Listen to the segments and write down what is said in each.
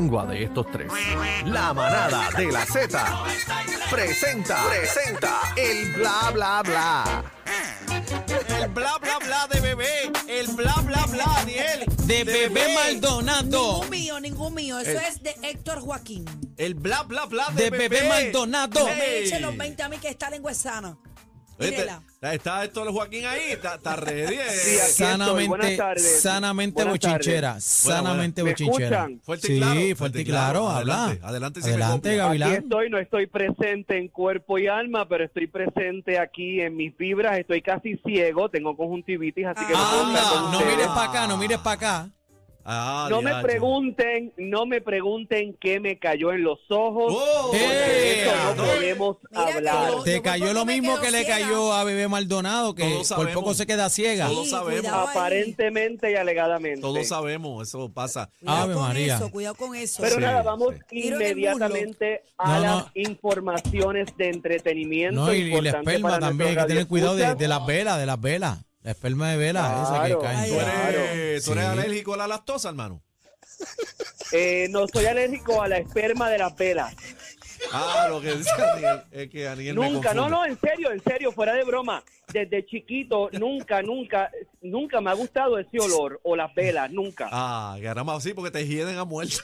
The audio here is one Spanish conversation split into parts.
lengua de estos tres. La manada de la Z presenta el bla bla bla. El bla bla bla de bebé, el bla bla bla, Daniel, De Bebé Maldonado. Ningún mío. Eso es de Héctor Joaquín. el bla bla bla De Bebé Maldonado. No me eche los 20 a mí que esta lengua es sana. Mírela. Está Héctor Joaquín ahí, está ready. Sí, aquí estoy. Buenas tardes. Sanamente Buenas bochinchera. tardes. Sanamente ¿Me bochinchera. escuchan? Fuerte y claro. Sí, fuerte y claro. Habla. Adelante, si me Adelante, copia. Gavilán. Aquí estoy, no estoy presente en cuerpo y alma, pero estoy presente aquí en mis vibras. Estoy casi ciego, tengo conjuntivitis, así que no puedo estar con Anda, no ustedes. mires para acá, no mires para acá. No me diache. pregunten qué me cayó en los ojos. Oh, porque de eso no no. podemos Mira, hablar. pero- Te Yo cayó por lo poco me mismo quedo que le ciega. cayó a Bebé Maldonado, que Todos por sabemos. poco se queda ciega. Todos sabemos. cuidado ahí. Aparentemente y alegadamente. Todos sabemos, eso pasa. Cuidado Ave con María. eso, cuidado con eso. Pero Sí, nada, vamos sí. Tiro en el inmediatamente a No, las no. informaciones de entretenimiento. No, y la importante esperma para también, hay que nuestros tener cuidado de radioescuchas. las velas. La esperma de velas, esa que Claro. cae. Ay, ¿Tú ay, eres, Sí. alérgico a la lactosa, hermano? No soy alérgico a la esperma de las velas. Lo que dice Daniel es que Daniel me Nunca, confunde. en serio, fuera de broma. Desde chiquito, nunca me ha gustado ese olor o las velas, nunca. Caramba, sí, porque te hieden a muerto.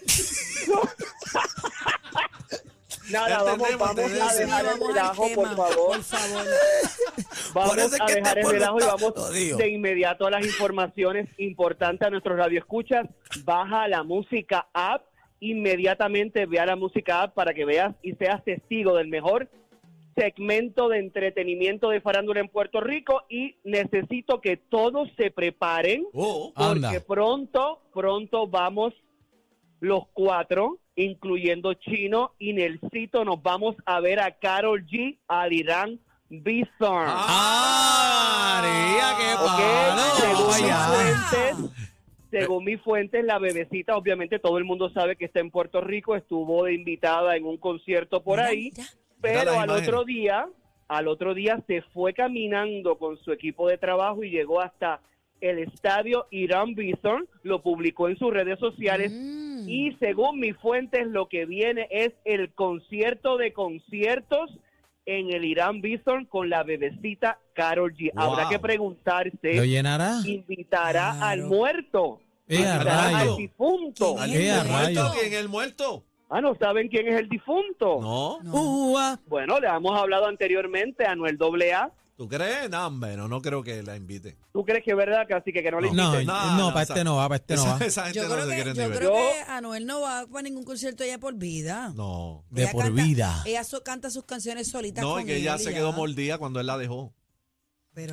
Nada, vamos Entendemos, a entendemos. dejar el Vamos al relajo, tema, por favor. por favor. Por Vamos eso es a que dejar este el pueblo relajo y está vamos jodido. de inmediato a las informaciones importantes a nuestros radioescuchas. Baja la música app, inmediatamente ve a la música app para que veas y seas testigo del mejor segmento de entretenimiento de farándula en Puerto Rico, y necesito que todos se preparen Anda. porque pronto vamos los cuatro, incluyendo Chino y Nelsito, nos vamos a ver a Karol G, a Irán Bithorn. María, qué Ok, palo. según mis fuentes, la bebecita, obviamente todo el mundo sabe que está en Puerto Rico, estuvo de invitada en un concierto por Mira, ahí, mira. pero las al otro día se fue caminando con su equipo de trabajo y llegó hasta el estadio Irán Bithorn, lo publicó en sus redes sociales. Y según mis fuentes, lo que viene es el concierto de conciertos en el Irán Bithorn con la bebecita Karol G. Wow. Habrá que preguntarse, ¿Lo llenará? ¿invitará Claro. al muerto? A ¿Invitará rayo. al difunto? ¿Quién ¿Quién a es el rayo. muerto? ¿Quién es el muerto? ¿No saben quién es el difunto? No. Ua. Bueno, le hemos hablado anteriormente a Anuel AA. ¿Tú crees? No, hombre, no creo que la invite. ¿Tú crees que es verdad, Cacique, que no le No, inviten? para este no va, para este no va. Esa gente Yo no creo se que, quiere ni yo ver. creo que Anuel no va para ningún concierto ya por vida. No. De Ella por canta- vida. Ella canta sus canciones solitas. No, con y que él ella y se ya. quedó mordida cuando él la dejó. Pero,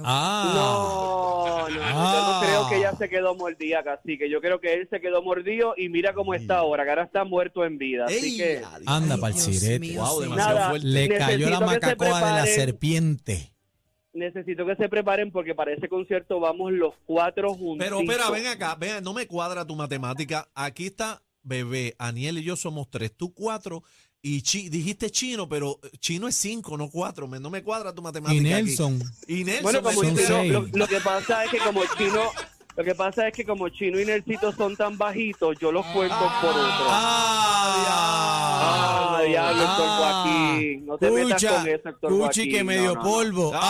No, yo no creo que ella se quedó mordida, Cacique. Yo creo que él se quedó mordido y mira cómo está ahora, que ahora está muerto en vida. Así Ey, que Anda Ay, para el Dios sirete. mío, Wow, sí. demasiado Nada, fuerte. Le cayó la Necesito que se macacoa de la preparen. serpiente. necesito que se preparen porque para ese concierto vamos los cuatro juntos. Pero espera, ven acá, ven, no me cuadra tu matemática. Aquí está Bebé, Aniel y yo somos 3, tú 4 y dijiste Chino, pero Chino es 5, no 4. No me cuadra tu matemática. Y aquí. Nelson. Y Nelson. Bueno, como Son Chino, seis. lo que pasa es que como Chino, lo que pasa es que como Chino y Nelsito son tan bajitos, yo los cuento por otro. Diablo, Héctor Joaquín. No te metas con eso, Héctor Cuchi Joaquín. que me dio No, no, polvo. No,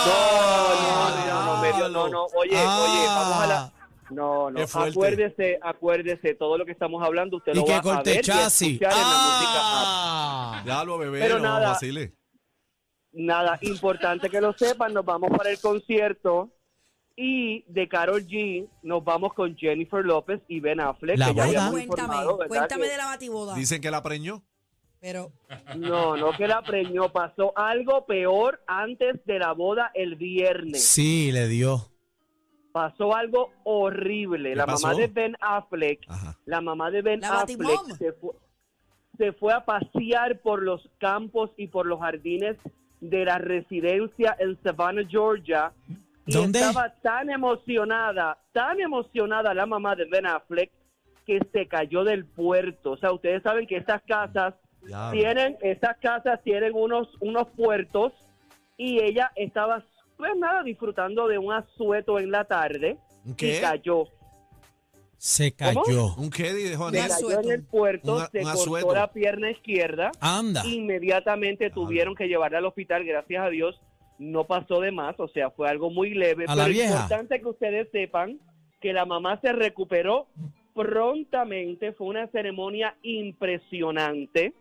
Ah. Oye, vamos a la... No, Qué fuerte. acuérdese, todo lo que estamos hablando, usted Y lo que va a corte ver y chasis. escuchar en la música app. Ah. Diablo, Bebé, Pero no nada. vacile. Nada, importante que lo sepan, nos vamos para el concierto y de Karol G nos vamos con Jennifer López y Ben Affleck. La que ya boda. habíamos Cuéntame, informado, ¿verdad? cuéntame Que- de la batiboda. Dicen que la preñó. Pero, No que la preñó, pasó algo peor antes de la boda el viernes. Sí, le dio. Pasó algo horrible. ¿Qué La pasó? mamá de Ben Affleck, Ajá. la mamá de Ben La Affleck Batimom. se fue a pasear por los campos y por los jardines de la residencia en Savannah, Georgia. Y ¿Dónde? estaba tan emocionada la mamá de Ben Affleck que se cayó del puerto. O sea, ustedes saben que estas casas Diablo. tienen unos puertos y ella estaba pues nada disfrutando de un asueto en la tarde ¿Qué? y cayó. Se cayó. ¿Un qué dijo Un Se Aniel? cayó asueto. en el puerto, Un se cortó asueto. la pierna izquierda. Anda. Inmediatamente tuvieron que llevarla al hospital, gracias a Dios no pasó de más, o sea, fue algo muy leve. ¿A la pero es vieja? importante que ustedes sepan que la mamá se recuperó prontamente, fue una ceremonia impresionante.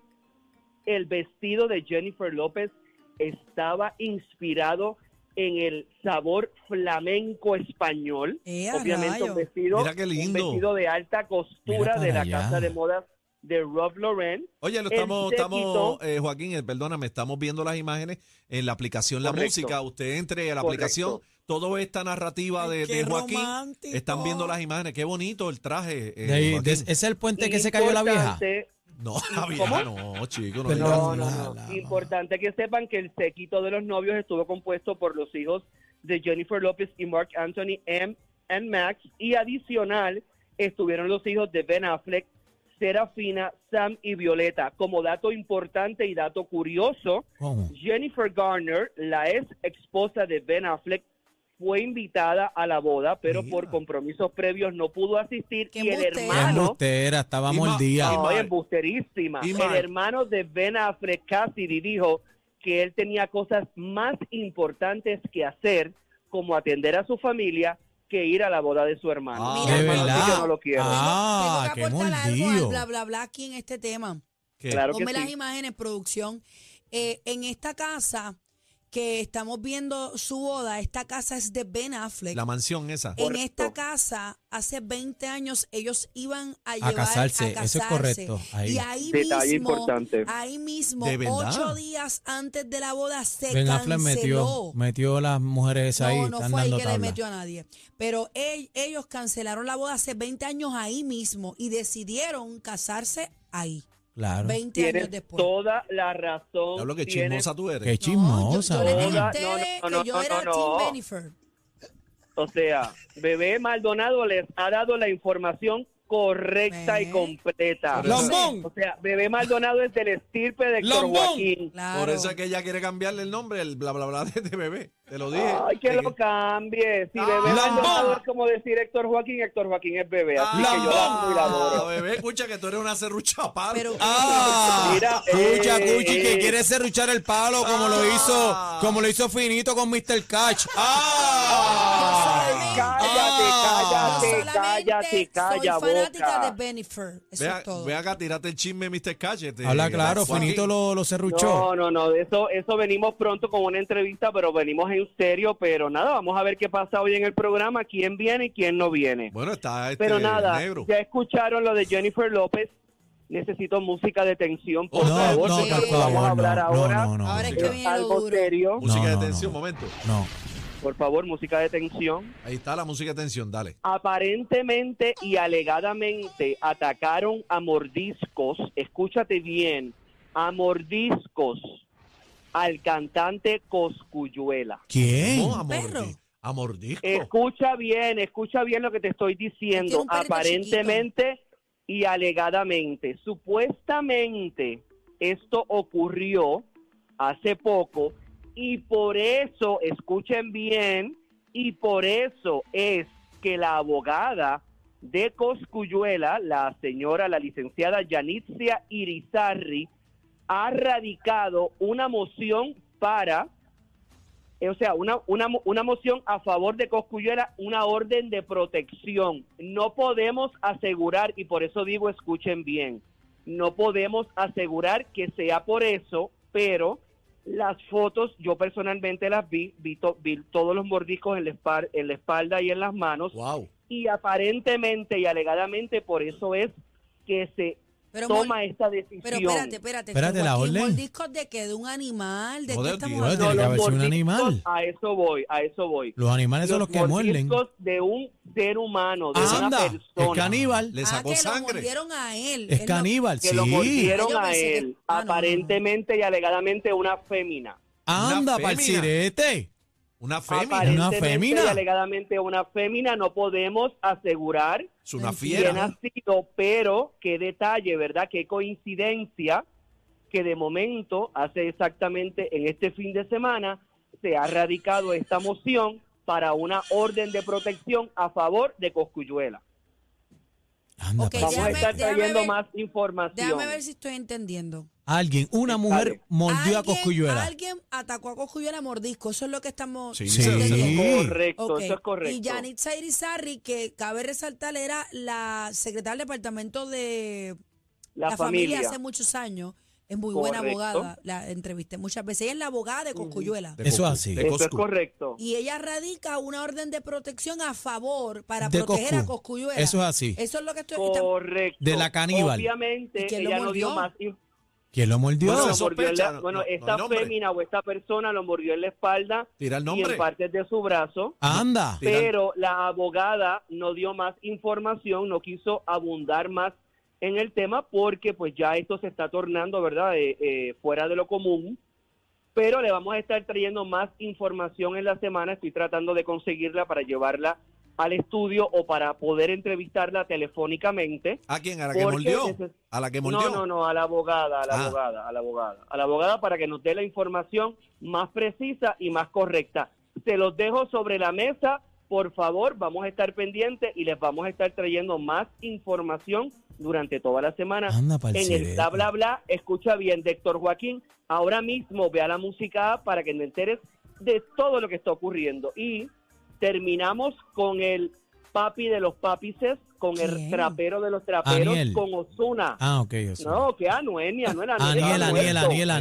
El vestido de Jennifer López estaba inspirado en el sabor flamenco español. ¡A Obviamente rayos! un vestido, Mira qué lindo. un vestido de alta costura Mira de la para allá. casa de modas de Ralph Lauren. Oye, lo El estamos, séquito- Joaquín, perdóname, estamos viendo las imágenes en la aplicación La Correcto. Música. Usted entre a la Correcto. aplicación, todo esta narrativa Ay, de qué Joaquín. romántico. Están viendo las imágenes. Qué bonito el traje. ¿Ese es el puente que se cayó la vieja? Importante- No, la vieja no, chico. No, Perdón. digas No, así. no, no. Importante que sepan que el séquito de los novios estuvo compuesto por los hijos de Jennifer López y Mark Anthony, M and Max, y adicional estuvieron los hijos de Ben Affleck, Serafina, Sam y Violeta. Como dato importante y dato curioso, ¿Cómo? Jennifer Garner, la ex esposa de Ben Affleck, fue invitada a la boda, pero Mira. por compromisos previos no pudo asistir. ¡Qué Y el embustera! Qué hermano, embustera, estaba Y ma- mordida. y no, Mark. embusterísima. Y El Mark. hermano de Ben Affleck, Cassidy, dijo que él tenía cosas más importantes que hacer, como atender a su familia, que ir a la boda de su hermano. Ah, Mira, ¿De Hermano, verdad? yo no lo quiero. Ah, Tengo qué que aportar algo mordido. al bla, bla, bla aquí en este tema. ¿Qué? Claro que Ponme las sí. imágenes, producción. En esta casa que estamos viendo su boda, esta casa es de Ben Affleck. La mansión esa. En Correcto. esta casa, hace 20 años, ellos iban a A llevar casarse, a eso es casarse. correcto, ahí. Y ahí Detalle mismo, importante. ahí mismo, ¿De verdad? 8 días antes de la boda se Ben Affleck canceló. metió las mujeres esas ahí, No, no están fue ahí dando que le tabla. metió a nadie. Pero ellos cancelaron la boda hace 20 años ahí mismo y decidieron casarse ahí, Claro. 20 años Tienes después. toda la razón. Hablo que Tienes chismosa tú eres. Qué chismosa. No, yo me Toda- enteré no, no, que yo no, era no, Team no. Jennifer. O sea, Bebé Maldonado les ha dado la información correcta y completa. ¡Lambón! O sea, Bebé Maldonado es del estirpe de Héctor ¡Lambón! Joaquín. Claro. Por eso es que ella quiere cambiarle el nombre, el bla, bla, bla de bebé. Te lo dije. Ay, que De lo cambie. Si Bebé ¡Lambón! Maldonado es como decir Héctor Joaquín es Bebé. Así que yo la amo y la Ah, adoro. bebé, escucha que tú eres una serrucha palo. Pero- Ah, Mira, escucha, Cuchi, que quiere serruchar el palo Ah. como lo hizo Finito con Mr. Catch. Ay, cállate, calla soy fanática boca. de Jennifer. Eso Ve, es todo. ve acá, tírate el chisme, Mr. Cachete. Habla claro, Joaquín. Finito lo serruchó. No, eso venimos pronto con una entrevista, pero venimos en serio, pero nada, vamos a ver qué pasa hoy en el programa, quién viene y quién no viene. Bueno, está Pero nada, negro. ya escucharon lo de Jennifer López, necesito música de tensión, por No, favor, no, porque por lo que vamos favor, a hablar no, ahora no, no, Ahora es no. que es viene lo algo duro. serio. Música No, de no, tensión, no. momento. No. Por favor, música de tensión. Ahí está la música de tensión, dale. Aparentemente y alegadamente atacaron a mordiscos, escúchate bien, a mordiscos al cantante Cosculluela. ¿Quién? No, perro. a mordisco. Escucha bien lo que te estoy Tiene diciendo. un perrito Aparentemente y alegadamente. Supuestamente esto ocurrió hace poco y por eso, escuchen bien, y por eso es que la abogada de Cosculluela, la licenciada Yanitzia Irizarry, ha radicado una moción para, o sea, una moción a favor de Cosculluela, una orden de protección. No podemos asegurar, y por eso digo, escuchen bien, no podemos asegurar que sea por eso, pero las fotos, yo personalmente las vi todos los mordiscos en la espalda y en las manos, Wow. y aparentemente y alegadamente por eso es que se Pero, toma esta decisión. pero espérate. Espérate, la Joaquín, orden. ¿mordiscos de qué? ¿De un animal? ¿De No, qué de- estamos no, tiene hablando? que haber sido un mordiscos, animal. a eso voy. Los animales son los que muerden. mordiscos de un ser humano, de una Anda, es persona. caníbal. Le sacó que lo sangre. mordieron a él. Es Él caníbal, Que lo sí. mordieron Yo a pensé que- él, Ah, no, aparentemente y alegadamente una fémina. Anda, Una pa'l fémina. cirete. Una fémina. Aparentemente fémina. y alegadamente una fémina, no podemos asegurar Es una quién fiera. ha sido, pero qué detalle, ¿verdad? Qué coincidencia que de momento, hace exactamente en este fin de semana, se ha radicado esta moción para una orden de protección a favor de Cosculluela. Anda, Ok, pa' Vamos a déjame- estar déjame trayendo ver- más información. Déjame ver si estoy entendiendo. Alguien, una mujer mordió a Cosculluela. Alguien atacó a Cosculluela a mordisco. Eso es lo que estamos Sí, Sí. entendiendo. Correcto, Ok. eso es correcto. Y Yanitza Irizarry, que cabe resaltar, era la secretaria del departamento de La familia familia. hace muchos años. Es muy buena Correcto. abogada. La entrevisté muchas veces. Ella es la abogada de Cosculluela. De Eso Coscu, así. de Eso es Coscu. correcto. Y ella radica una orden de protección a favor para De proteger Coscu. a Cosculluela. Eso es así. Eso es lo que estoy... Correcto. De la caníbal. Obviamente, ¿Y quién lo ella no dio mordió? más ¿Quién lo mordió? Bueno, lo se mordió en la- sospecha, bueno, no hay esta nombre. fémina o esta persona lo mordió en la espalda Tira el y nombre. en partes de su brazo, Anda. Tira- pero la abogada no dio más información, no quiso abundar más en el tema porque pues ya esto se está tornando, ¿verdad?, fuera de lo común, pero le vamos a estar trayendo más información en la semana. Estoy tratando de conseguirla para llevarla al estudio o para poder entrevistarla telefónicamente. ¿A quién? ¿A la que Porque mordió? neces- ¿A la que mordió? No, a la abogada, Ah. a la abogada para que nos dé la información más precisa y más correcta. Se los dejo sobre la mesa, por favor, vamos a estar pendientes y les vamos a estar trayendo más información durante toda la semana Anda pa'l en el sirete. bla bla bla. Escucha bien, de Héctor Joaquín, ahora mismo ve a la música app para que te enteres de todo lo que está ocurriendo. Y terminamos con el papi de los papices, con el ¿Quién? trapero de los traperos, Aniel. con Ozuna. Ah, ok. Eso. No, que Anuel, ni Anuel, Aniel, Anuel,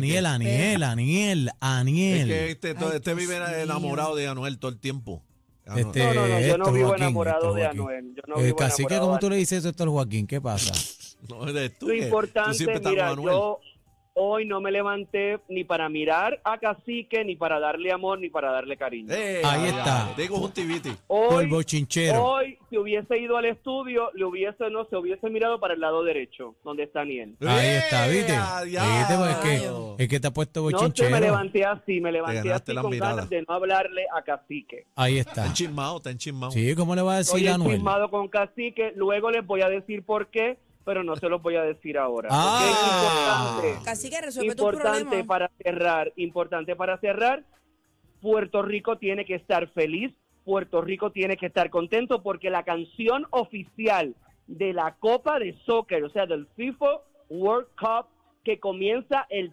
Es que Aniel. este vive Dios enamorado de Anuel todo el tiempo. Ah, Este, No, yo no Héctor vivo Joaquín, enamorado Héctor de Joaquín. Anuel. Yo no vivo Cacique, enamorado ¿cómo de tú le dices eso a Héctor Joaquín? ¿Qué pasa? No, eres tú. Lo que tú importante, siempre estás mira, con Anuel. yo hoy no me levanté ni para mirar a Cacique, ni para darle amor, ni para darle cariño. Ahí está. Digo un tiviti. Por Hoy, bochinchero. hoy, si hubiese ido al estudio, se hubiese mirado para el lado derecho, donde está Aniel. Ahí está, ¿viste? ¿Viste? Pues Diablo. es que te ha puesto No sé, bochinchero. me levanté así ganaste la con mirada. ganas de no hablarle a Cacique. Ahí Está está. enchismado, está enchismado. Sí, ¿cómo le va a decir Estoy a Anuel? encismado con Cacique, luego les voy a decir por qué, pero no se los voy a decir ahora. Ah. ¿Ok? Importante. Así que resuelve tu Importante problema. importante para cerrar, Puerto Rico tiene que estar feliz, Puerto Rico tiene que estar contento porque la canción oficial de la Copa de Soccer, o sea, del FIFA World Cup, que comienza el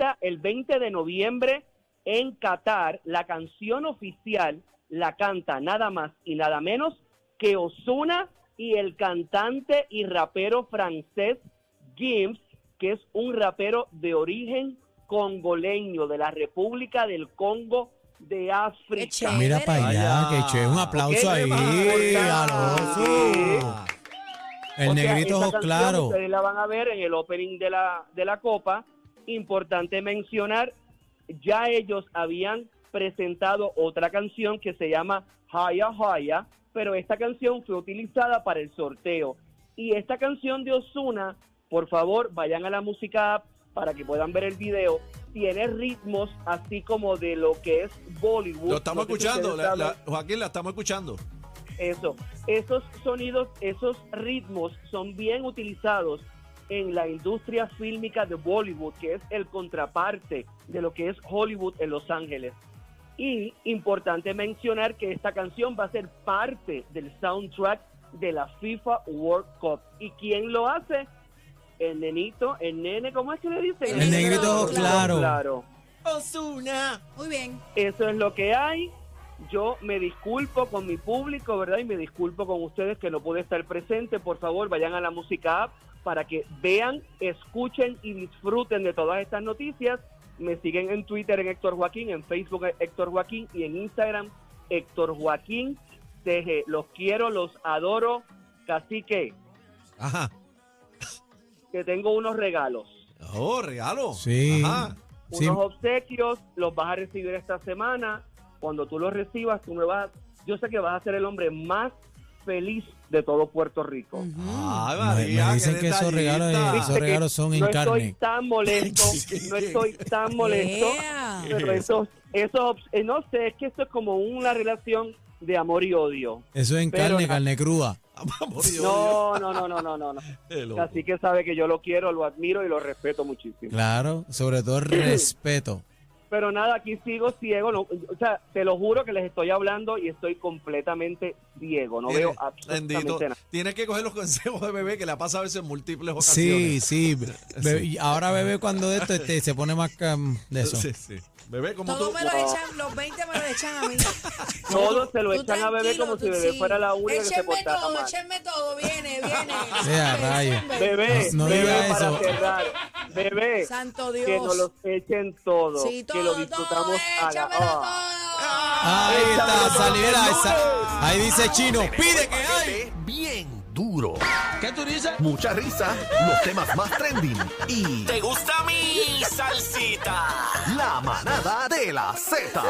20 de noviembre en Qatar, la canción oficial la canta nada más y nada menos que Ozuna y el cantante y rapero francés Gims, que es un rapero de origen congoleño de la República del Congo de Qué África. chévere. Mira para allá, Vaya. que chévere. Un aplauso Ok, ahí, importante. Alonso. El O sea, negrito esa ojos canción claros. ustedes la van a ver en el opening de la Copa. Importante mencionar, ya ellos habían presentado otra canción que se llama Haya Haya, pero esta canción fue utilizada para el sorteo. Y esta canción de Ozuna, por favor, vayan a la música app para que puedan ver el video. Tiene ritmos así como de lo que es Bollywood. Lo estamos No sé si escuchando, ustedes saben. Joaquín, la estamos escuchando. Eso, esos sonidos, esos ritmos son bien utilizados en la industria fílmica de Bollywood, que es el contraparte de lo que es Hollywood en Los Ángeles. Y importante mencionar que esta canción va a ser parte del soundtrack de la FIFA World Cup. ¿Y quién lo hace? El nenito, el nene, ¿cómo es que le dicen? El negrito ojos claros. Claro. Ozuna. Muy bien. Eso es lo que hay. Yo me disculpo con mi público, ¿verdad? Y me disculpo con ustedes que no pude estar presente. Por favor, vayan a la música app para que vean, escuchen y disfruten de todas estas noticias. Me siguen en Twitter en Héctor Joaquín, en Facebook Héctor Joaquín y en Instagram Héctor Joaquín CG. Los quiero, los adoro. Cacique, Ajá. que tengo unos regalos. Oh, regalo. Sí. Ajá. Sí. Unos obsequios, los vas a recibir esta semana. Cuando tú los recibas, yo sé que vas a ser el hombre más feliz de todo Puerto Rico. Ay, Me María, dicen qué que esos regalos, detallista. esos regalos son en no carne. estoy tan molesto, no estoy tan molesto, Yeah. pero no sé, es que esto es como una relación de amor y odio. Eso es en Pero carne, na- carne cruda. Amor y odio. No. Qué loco. Así que sabe que yo lo quiero, lo admiro y lo respeto muchísimo. Claro, sobre todo el respeto. Pero nada, aquí sigo ciego, no, o sea, te lo juro que les estoy hablando y estoy completamente ciego, no veo absolutamente Bendito. nada. Tienes que coger los consejos de Bebé, que le ha pasado a veces en múltiples ocasiones. Sí. Y ahora Bebé cuando de esto se pone más de eso. Sí. Bebé, como Todo tú. me lo echan, los 20 me lo echan a mí. Todos se lo Tú echan a Bebé tranquilo, como si tú Bebé sí. fuera la única que se portara mal. Échenme todo, viene. Sea, rayo. Bebé, No bebé, diga para eso. cerrar. Bebé, Santo Dios. que nos los echen todo, Sí, que lo disfrutamos a la... échamelo todo. Ahí está, Échamelo todo, Salivera. señores. Ahí dice Chino, pide que hay. Paquete bien duro. ¿Qué tú dices? Mucha risa, los temas más trending y ¿Te gusta mi salsita? la manada de la Z.